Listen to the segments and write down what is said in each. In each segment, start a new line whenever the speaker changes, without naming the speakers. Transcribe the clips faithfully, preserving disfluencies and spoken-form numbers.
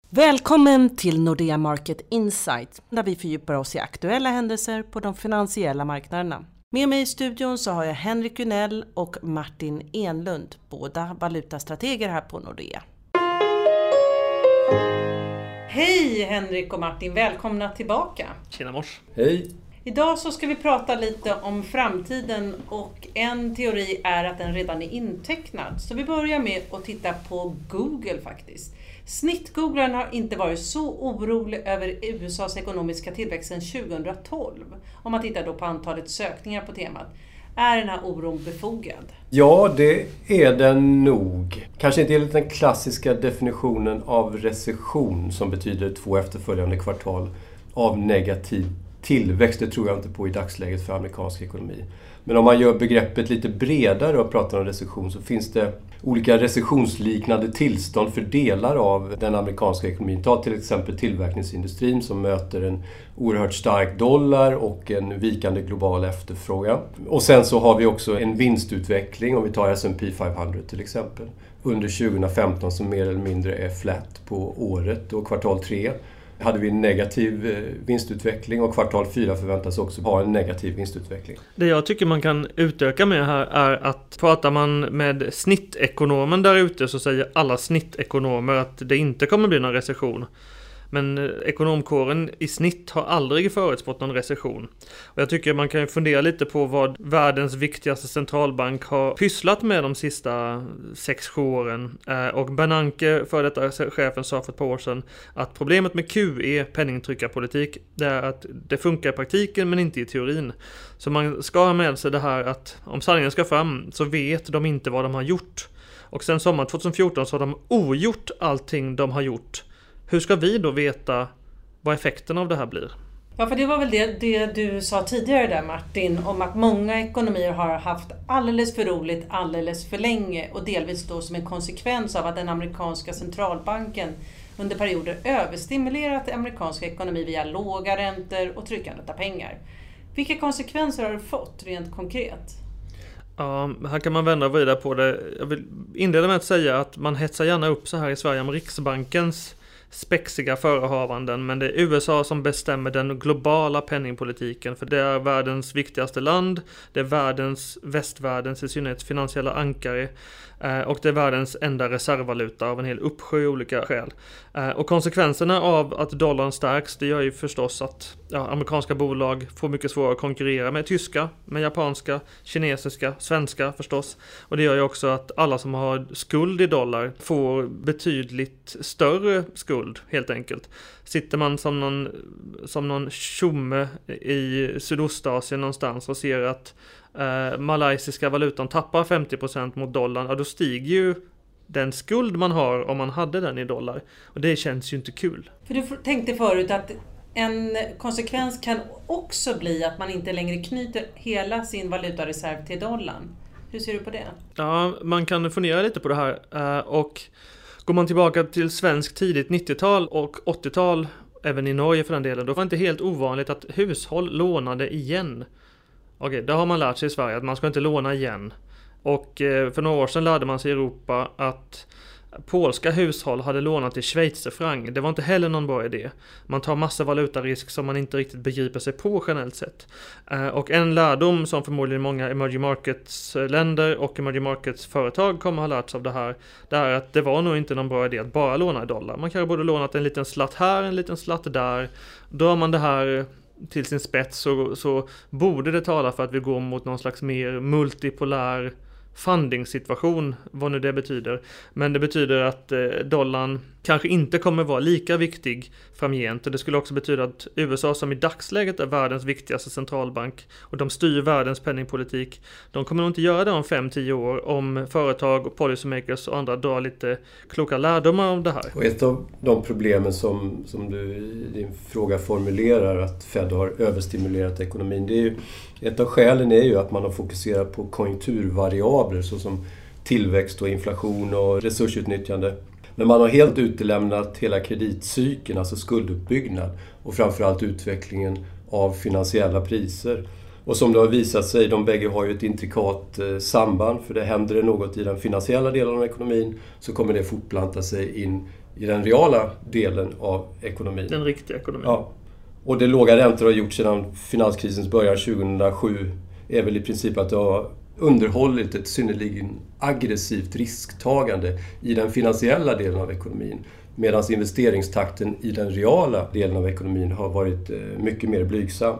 Välkommen till Nordea Market Insight, där vi fördjupar oss i aktuella händelser på de finansiella marknaderna. Med mig i studion så har jag Henrik Gunell och Martin Enlund, båda valutastrateger här på Nordea. Hej Henrik och Martin, välkomna tillbaka.
Tjena mors.
Hej.
Idag så ska vi prata lite om framtiden och en teori är att den redan är intecknad. Så vi börjar med att titta på Google faktiskt. Snittgooglaren har inte varit så orolig över U S A:s ekonomiska tillväxt sedan tjugohundratolv. Om man tittar då på antalet sökningar på temat. Är den här oron befogad?
Ja, det är den nog. Kanske inte enligt den klassiska definitionen av recession som betyder två efterföljande kvartal av negativ tillväxt. Det tror jag inte på i dagsläget för amerikansk ekonomi. Men om man gör begreppet lite bredare och pratar om recession så finns det olika recessionsliknande tillstånd för delar av den amerikanska ekonomin. Ta till exempel tillverkningsindustrin som möter en oerhört stark dollar och en vikande global efterfrågan. Och sen så har vi också en vinstutveckling, om vi tar S and P femhundra till exempel, under tjugohundrafemton som mer eller mindre är flat på året, och kvartal tre hade vi en negativ vinstutveckling och kvartal fyra förväntas också ha en negativ vinstutveckling.
Det jag tycker man kan utöka med här är att pratar man med snittekonomen där ute så säger alla snittekonomer att det inte kommer bli någon recession. Men ekonomkåren i snitt har aldrig förutspått någon recession. Och jag tycker man kan fundera lite på vad världens viktigaste centralbank har pysslat med de sista sex sju åren. Och Bernanke, för detta chefen, sa för ett par år sedan att problemet med Q E, penningtryckarpolitik, det är att det funkar i praktiken men inte i teorin. Så man ska ha med sig det här att om sanningen ska fram så vet de inte vad de har gjort. Och sen sommaren tjugohundrafjorton så har de ogjort allting de har gjort. Hur ska vi då veta vad effekten av det här blir?
Ja, för det var väl det, det du sa tidigare där Martin, om att många ekonomier har haft alldeles för roligt alldeles för länge och delvis då som en konsekvens av att den amerikanska centralbanken under perioder överstimulerat den amerikanska ekonomi via låga räntor och tryckandet av pengar. Vilka konsekvenser har det fått rent konkret?
Ja, här kan man vända och vrida på det. Jag vill inleda med att säga att man hetsar gärna upp så här i Sverige om Riksbankens spexiga förehavanden, men det är U S A som bestämmer den globala penningpolitiken, för det är världens viktigaste land, det är världens, västvärldens i synnerhet finansiella ankare, och det är världens enda reservvaluta av en hel uppsjö olika skäl. Och konsekvenserna av att dollarn stärks, det gör ju förstås att ja, amerikanska bolag får mycket svårare att konkurrera med tyska, med japanska, kinesiska, svenska förstås. Och det gör ju också att alla som har skuld i dollar får betydligt större skuld helt enkelt. Sitter man som någon, som någon tjomme i Sydostasien någonstans och ser att eh, malaysiska valutan tappar femtio procent mot dollarn, ja, då stiger ju den skuld man har om man hade den i dollar. Och det känns ju inte kul.
För du tänkte förut att en konsekvens kan också bli att man inte längre knyter hela sin valutareserv till dollarn. Hur ser du på det?
Ja, man kan fundera lite på det här. Eh, och går man tillbaka till svensk tidigt nittiotal och åttiotal, även i Norge för den delen, då var det inte helt ovanligt att hushåll lånade igen. Okej, det har man lärt sig i Sverige att man ska inte låna igen. Och för några år sedan lärde man sig i Europa att polska hushåll hade lånat till schweizerfranc. Det var inte heller någon bra idé. Man tar massa valutarisk som man inte riktigt begriper sig på generellt sett. Och en lärdom som förmodligen många emerging markets länder och emerging markets företag kommer ha lärt sig av det här, det är att det var nog inte någon bra idé att bara låna i dollar. Man kanske borde lånat en liten slatt här, en liten slatt där. Drar man det här till sin spets så, så borde det tala för att vi går mot någon slags mer multipolär funding-situation, vad nu det betyder. Men det betyder att eh, dollarn kanske inte kommer vara lika viktig framgent. Och det skulle också betyda att U S A, som i dagsläget är världens viktigaste centralbank och de styr världens penningpolitik, de kommer nog inte göra det om fem till tio år om företag och policymakers och andra drar lite kloka lärdomar om det här.
Och ett av de problemen som, som du i din fråga formulerar, att Fed har överstimulerat ekonomin, det är ju, ett av skälen är ju att man har fokuserat på konjunkturvariabler såsom tillväxt och inflation och resursutnyttjande. Men man har helt utelämnat hela kreditcykeln, alltså skulduppbyggnad och framförallt utvecklingen av finansiella priser. Och som det har visat sig, de bägge har ju ett intrikat samband, för det händer det något i den finansiella delen av ekonomin så kommer det fortplanta sig in i den reala delen av ekonomin.
Den riktiga ekonomin.
Ja. Och det låga räntor har gjort sedan finanskrisens början tjugohundrasju är väl i princip att det har underhållit ett synnerligen aggressivt risktagande i den finansiella delen av ekonomin. Medan investeringstakten i den reala delen av ekonomin har varit mycket mer blygsam.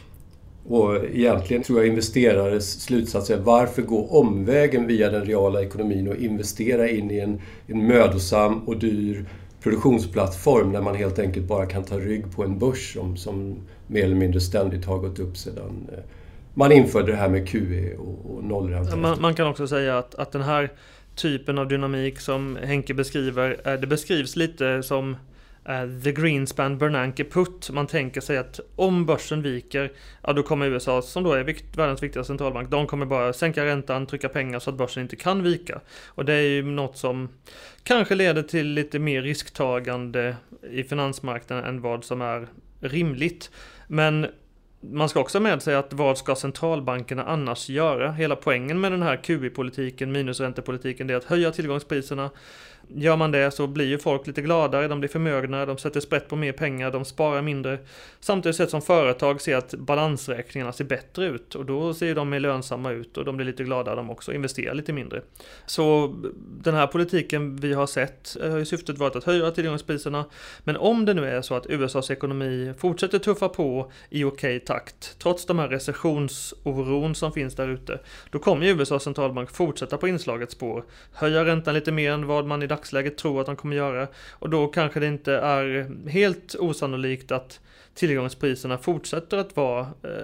Och egentligen tror jag investerares slutsats är varför gå omvägen via den reala ekonomin och investera in i en, en mödosam och dyr produktionsplattform när man helt enkelt bara kan ta rygg på en börs som, som mer eller mindre ständigt har gått upp sedan man införde det här med Q E och, och nollränta.
Man, man kan också säga att, att den här typen av dynamik som Henke beskriver, det beskrivs lite som Uh, the Greenspan Bernanke put. Man tänker sig att om börsen viker, ja, då kommer U S A, som då är vikt, världens viktigaste centralbank, de kommer bara sänka räntan, trycka pengar så att börsen inte kan vika. Och det är ju något som kanske leder till lite mer risktagande i finansmarknaden än vad som är rimligt. Men man ska också med sig att vad ska centralbankerna annars göra? Hela poängen med den här Q E-politiken, minusräntepolitiken, det är att höja tillgångspriserna. Gör man det så blir ju folk lite gladare, de blir förmögna, de sätter sprätt på mer pengar, de sparar mindre. Samtidigt sett som företag ser att balansräkningarna ser bättre ut och då ser de mer lönsamma ut och de blir lite gladare de också, investerar lite mindre. Så den här politiken vi har sett har ju syftet varit att höja tillgångspriserna, men om det nu är så att U S As ekonomi fortsätter tuffa på i okej takt, trots de här recessionsoron som finns där ute, då kommer U S As centralbank fortsätta på inslagets spår, höja räntan lite mer än vad man i dagsläget tror att de kommer göra, och då kanske det inte är helt osannolikt att tillgångspriserna fortsätter att vara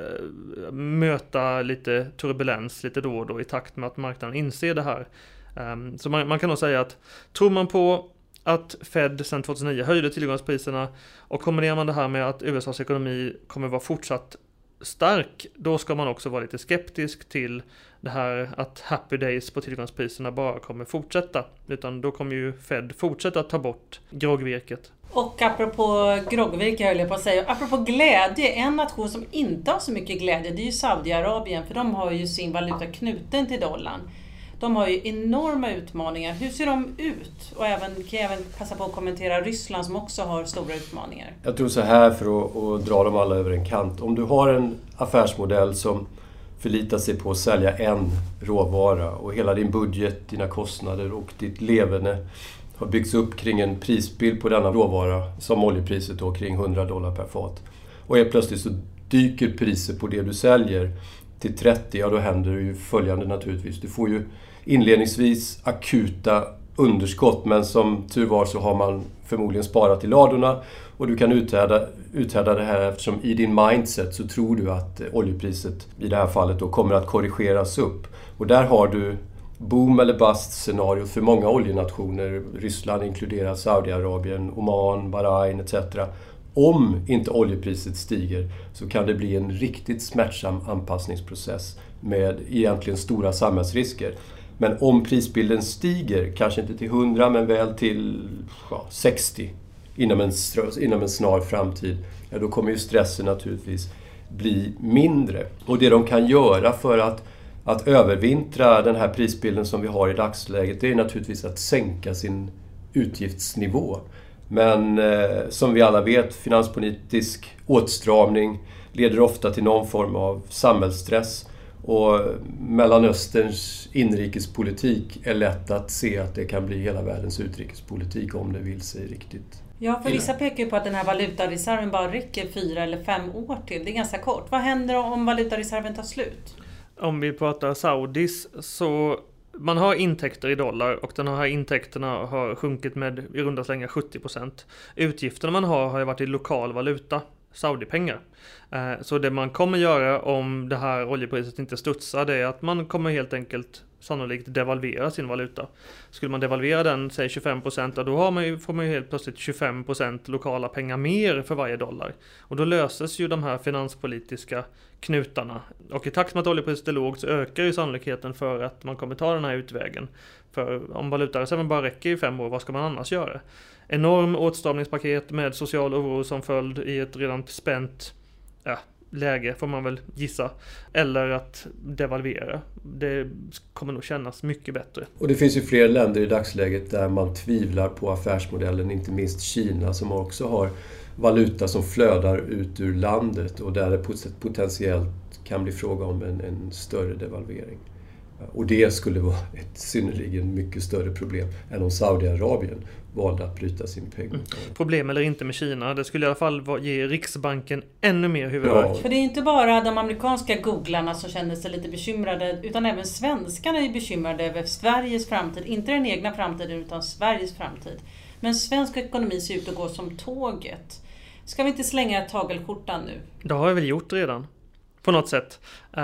eh, möta lite turbulens lite då och då i takt med att marknaden inser det här. Um, så man, man kan nog säga att tror man på att Fed sedan tjugohundranio höjde tillgångspriserna och kombinerar man det här med att U S As ekonomi kommer vara fortsatt stark, då ska man också vara lite skeptisk till det här att happy days på tillgångspriserna bara kommer fortsätta, utan då kommer ju Fed fortsätta att ta bort groggvirket.
Och apropå groggvirke höll jag på att säga, apropå glädje, en nation som inte har så mycket glädje, det är ju Saudiarabien, för de har ju sin valuta knuten till dollarn. De har ju enorma utmaningar. Hur ser de ut? Och även, kan jag även passa på att kommentera Ryssland som också har stora utmaningar.
Jag tror så här, för att, att dra dem alla över en kant. Om du har en affärsmodell som förlitar sig på att sälja en råvara och hela din budget, dina kostnader och ditt leverne har byggts upp kring en prisbild på denna råvara, som oljepriset då kring hundra dollar per fat. Och helt plötsligt så dyker priset på det du säljer till trettio, ja då händer det ju följande naturligtvis. Du får ju inledningsvis akuta underskott, men som tur var så har man förmodligen sparat i ladorna och du kan uthärda, uthärda det här eftersom i din mindset så tror du att oljepriset i det här fallet då kommer att korrigeras upp. Och där har du boom eller bust scenario för många oljenationer, Ryssland inkluderar Saudiarabien, Oman, Bahrain et cetera. Om inte oljepriset stiger så kan det bli en riktigt smärtsam anpassningsprocess med egentligen stora samhällsrisker. Men om prisbilden stiger, kanske inte till hundra men väl till ja, sextio inom en, inom en snar framtid, ja, då kommer ju stressen naturligtvis bli mindre. Och det de kan göra för att, att övervintra den här prisbilden som vi har i dagsläget, det är naturligtvis att sänka sin utgiftsnivå. Men eh, som vi alla vet, finanspolitisk åtstramning leder ofta till någon form av samhällsstress. Och Mellanösterns inrikespolitik är lätt att se att det kan bli hela världens utrikespolitik om det vill sig riktigt.
Ja, för vissa pekar ju på att den här valutareserven bara räcker fyra eller fem år till. Det är ganska kort. Vad händer om valutareserven tar slut?
Om vi pratar Saudis så man har intäkter i dollar och de här intäkterna har sjunkit med i runda slängar sjuttio procent. Utgifterna man har har ju varit i lokal valuta, Saudi-pengar. Så det man kommer göra om det här oljepriset inte studsar, det är att man kommer helt enkelt sannolikt devalvera sin valuta. Skulle man devalvera den, säg tjugofem procent, då har man ju, får man ju helt plötsligt tjugofem procent lokala pengar mer för varje dollar. Och då löses ju de här finanspolitiska knutarna. Och i takt med att oljepriset är lågt så ökar ju sannolikheten för att man kommer ta den här utvägen. För om valutareserven bara räcker i fem år, vad ska man annars göra? Enorm åtstramningspaket med social oro som följd i ett redan spänt, ja, läge får man väl gissa. Eller att devalvera. Det kommer nog kännas mycket bättre.
Och det finns ju fler länder i dagsläget där man tvivlar på affärsmodellen, inte minst Kina som också har valuta som flödar ut ur landet och där det potentiellt kan bli fråga om en, en större devalvering. Och det skulle vara ett synnerligen mycket större problem än om Saudiarabien valde att bryta sin peng. Mm.
Problem eller inte med Kina, det skulle i alla fall ge Riksbanken ännu mer huvudvärk.
Ja. För det är inte bara de amerikanska googlarna som känner sig lite bekymrade, utan även svenskarna är bekymrade över Sveriges framtid. Inte den egna framtiden utan Sveriges framtid. Men svensk ekonomi ser ut att gå som tåget. Ska vi inte slänga tagelskjortan nu?
Det har jag väl gjort redan. På något sätt.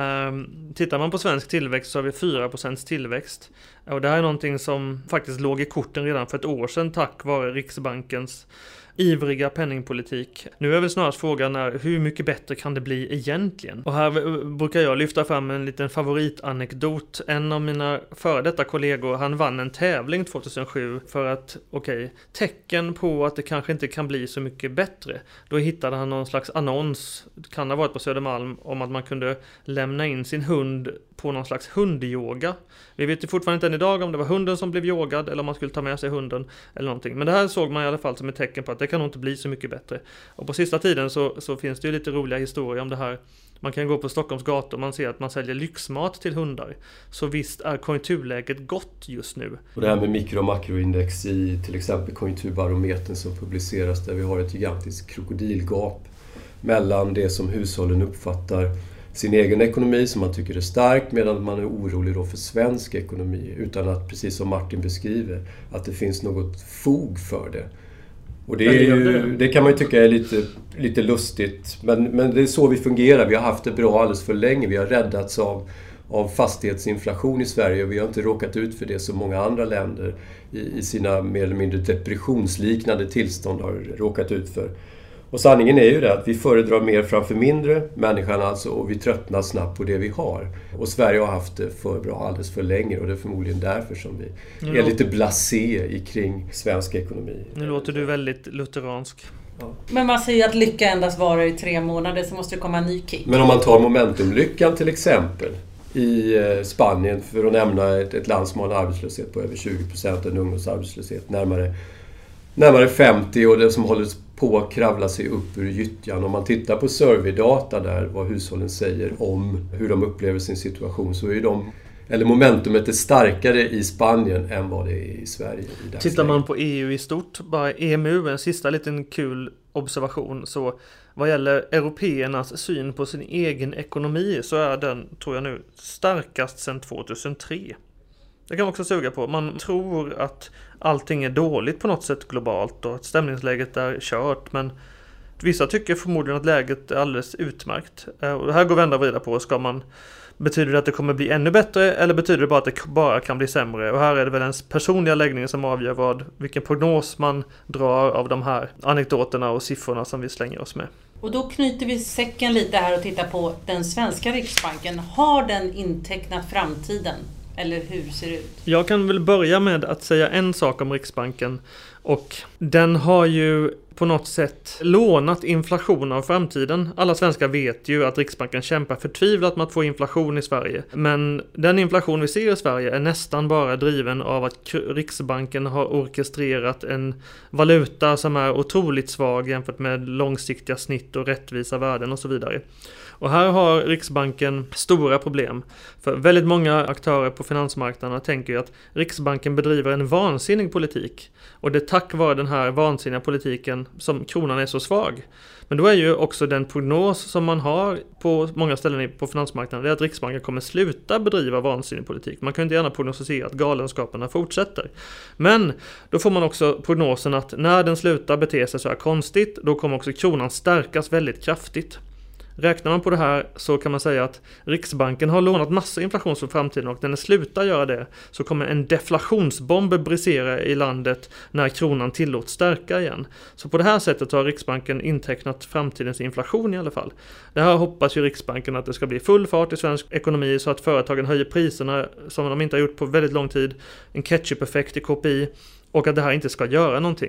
Um, tittar man på svensk tillväxt så har vi fyra procent tillväxt. Och det här är någonting som faktiskt låg i korten redan för ett år sedan tack vare Riksbankens ivriga penningpolitik. Nu är väl snarast frågan är hur mycket bättre kan det bli egentligen? Och här brukar jag lyfta fram en liten favoritanekdot. En av mina före detta kollegor, han vann en tävling tjugohundrasju för att, okej, okay, tecken på att det kanske inte kan bli så mycket bättre. Då hittade han någon slags annons, det kan ha varit på Södermalm, om att man kunde lämna in sin hund på någon slags hundyoga. Vi vet ju fortfarande inte än idag om det var hunden som blev yogad eller om man skulle ta med sig hunden eller någonting. Men det här såg man i alla fall som ett tecken på att det kan nog inte bli så mycket bättre. Och på sista tiden så, så finns det ju lite roliga historier om det här. Man kan gå på Stockholms gator och man ser att man säljer lyxmat till hundar. Så visst är konjunkturläget gott just nu.
Och det här med mikro- och makroindex i till exempel konjunkturbarometern som publiceras där vi har ett gigantiskt krokodilgap mellan det som hushållen uppfattar sin egen ekonomi som man tycker är stark medan man är orolig då för svensk ekonomi utan att, precis som Martin beskriver, att det finns något fog för det. Och det, är ju, det kan man ju tycka är lite, lite lustigt men, men det är så vi fungerar. Vi har haft det bra alldeles för länge. Vi har räddats av, av fastighetsinflation i Sverige och vi har inte råkat ut för det som många andra länder i, i sina mer eller mindre depressionsliknande tillstånd har råkat ut för. Och sanningen är ju det att vi föredrar mer framför mindre, människan alltså, och vi tröttnar snabbt på det vi har. Och Sverige har haft det för bra alldeles för länge och det är förmodligen därför som vi nu är lite blasé i kring svensk ekonomi.
Nu låter du väldigt lutheransk.
Ja. Men man säger att lycka endast varar i tre månader så måste det komma en ny kick.
Men om man tar momentumlyckan till exempel i Spanien, för att nämna ett, ett land som har en arbetslöshet på över tjugo procent, en ungdomsarbetslöshet närmare, närmare femtio och det som håller på att kravla sig upp ur gyttjan. Om man tittar på surveydata där, vad hushållen säger om hur de upplever sin situation, så är de, eller momentumet är starkare i Spanien än vad det är i Sverige. I
Tittar man på E U i stort, bara E M U, en sista liten kul observation, så vad gäller européernas syn på sin egen ekonomi så är den, tror jag nu, starkast sedan tjugohundratre. Det kan man också suga på. Man tror att allting är dåligt på något sätt globalt och att stämningsläget är kört. Men vissa tycker förmodligen att läget är alldeles utmärkt. Och det här går vända och vrida på. Ska man, betyder det att det kommer bli ännu bättre eller betyder det bara att det bara kan bli sämre? Och här är det väl ens personliga läggning som avgör vad, vilken prognos man drar av de här anekdoterna och siffrorna som vi slänger oss med.
Och då knyter vi säcken lite här och tittar på den svenska Riksbanken. Har den intecknat framtiden? Eller hur ser det ut?
Jag kan väl börja med att säga en sak om Riksbanken. Och den har ju på något sätt lånat inflation av framtiden. Alla svenskar vet ju att Riksbanken kämpar förtvivlat med att få inflation i Sverige. Men den inflation vi ser i Sverige är nästan bara driven av att Riksbanken har orkestrerat en valuta som är otroligt svag jämfört med långsiktiga snitt och rättvisa värden och så vidare. Och här har Riksbanken stora problem. För väldigt många aktörer på finansmarknaden tänker ju att Riksbanken bedriver en vansinnig politik. Och det är tack vare den här vansinniga politiken som kronan är så svag. Men då är ju också den prognos som man har på många ställen på finansmarknaden, det är att Riksbanken kommer sluta bedriva vansinnig politik. Man kan inte gärna prognostisera att galenskaperna fortsätter. Men då får man också prognosen att när den slutar bete sig så här konstigt, då kommer också kronan stärkas väldigt kraftigt. Räknar man på det här så kan man säga att Riksbanken har lånat massa inflation för framtiden och när den slutar göra det så kommer en deflationsbomb brisera i landet när kronan tillåts stärka igen. Så på det här sättet har Riksbanken intecknat framtidens inflation i alla fall. Det här hoppas ju Riksbanken att det ska bli full fart i svensk ekonomi så att företagen höjer priserna som de inte har gjort på väldigt lång tid. En catch-up-effekt i K P I och att det här inte ska göra någonting.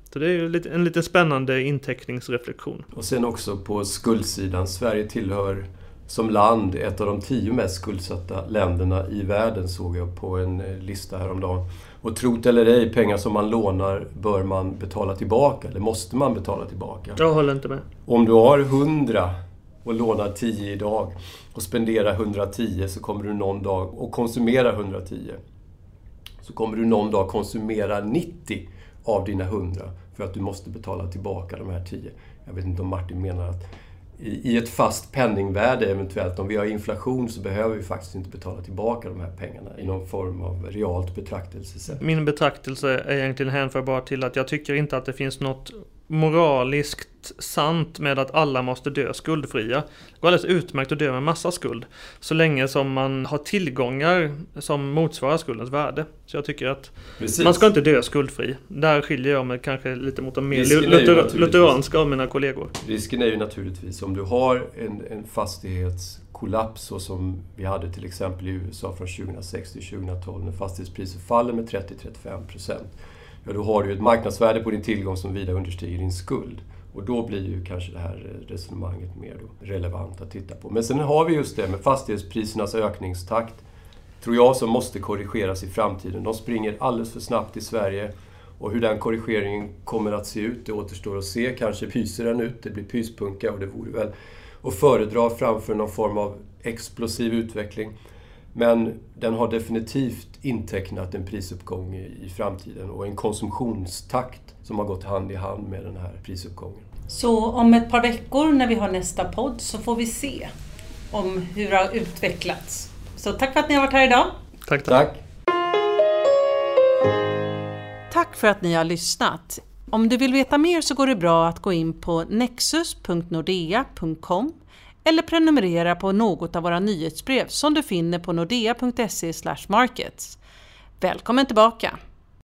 Så det är ju en lite spännande inteckningsreflektion.
Och sen också på skuldsidan. Sverige tillhör som land ett av de tio mest skuldsatta länderna i världen, såg jag på en lista häromdagen. Och trot eller ej, pengar som man lånar bör man betala tillbaka, eller måste man betala tillbaka.
Jag håller inte med.
Om du har hundra och lånar tio idag och spenderar hundratio, så kommer du någon dag och konsumera hundratio. Så kommer du någon dag konsumera nittio av dina hundra för att du måste betala tillbaka de här tio. Jag vet inte om Martin menar att i ett fast penningvärde eventuellt, om vi har inflation, så behöver vi faktiskt inte betala tillbaka de här pengarna i någon form av realt betraktelsesätt.
Min betraktelse är egentligen hänförbar till att jag tycker inte att det finns något moraliskt sant med att alla måste dö skuldfria. Det går alldeles utmärkt att dö med massa skuld, så länge som man har tillgångar som motsvarar skuldens värde. Så jag tycker att Precis. man ska inte dö skuldfri. Där skiljer jag mig kanske lite mot de mer luter- lutheranska av mina kollegor.
Risken är ju naturligtvis om du har en, en fastighetskollaps, så som vi hade till exempel i U S A från tjugohundrasex till tjugohundratolv, när fastighetspriser faller med trettio till trettiofem procent. Ja, då har du ett marknadsvärde på din tillgång som vida understiger din skuld. Och då blir ju kanske det här resonemanget mer då relevant att titta på. Men sen har vi just det med fastighetsprisernas ökningstakt, tror jag, som måste korrigeras i framtiden. De springer alldeles för snabbt i Sverige. Och hur den korrigeringen kommer att se ut, det återstår att se. Kanske pyser den ut, det blir pyspunka, och det vore väl att föredra framför någon form av explosiv utveckling. Men den har definitivt intecknat en prisuppgång i framtiden och en konsumtionstakt som har gått hand i hand med den här prisuppgången.
Så om ett par veckor när vi har nästa podd så får vi se om hur det har utvecklats. Så tack för att ni har varit här idag.
Tack, tack.
Tack.
Tack för att ni har lyssnat. Om du vill veta mer så går det bra att gå in på nexus punkt nordea punkt com eller prenumerera på något av våra nyhetsbrev som du finner på nordea punkt se slash markets. Välkommen tillbaka!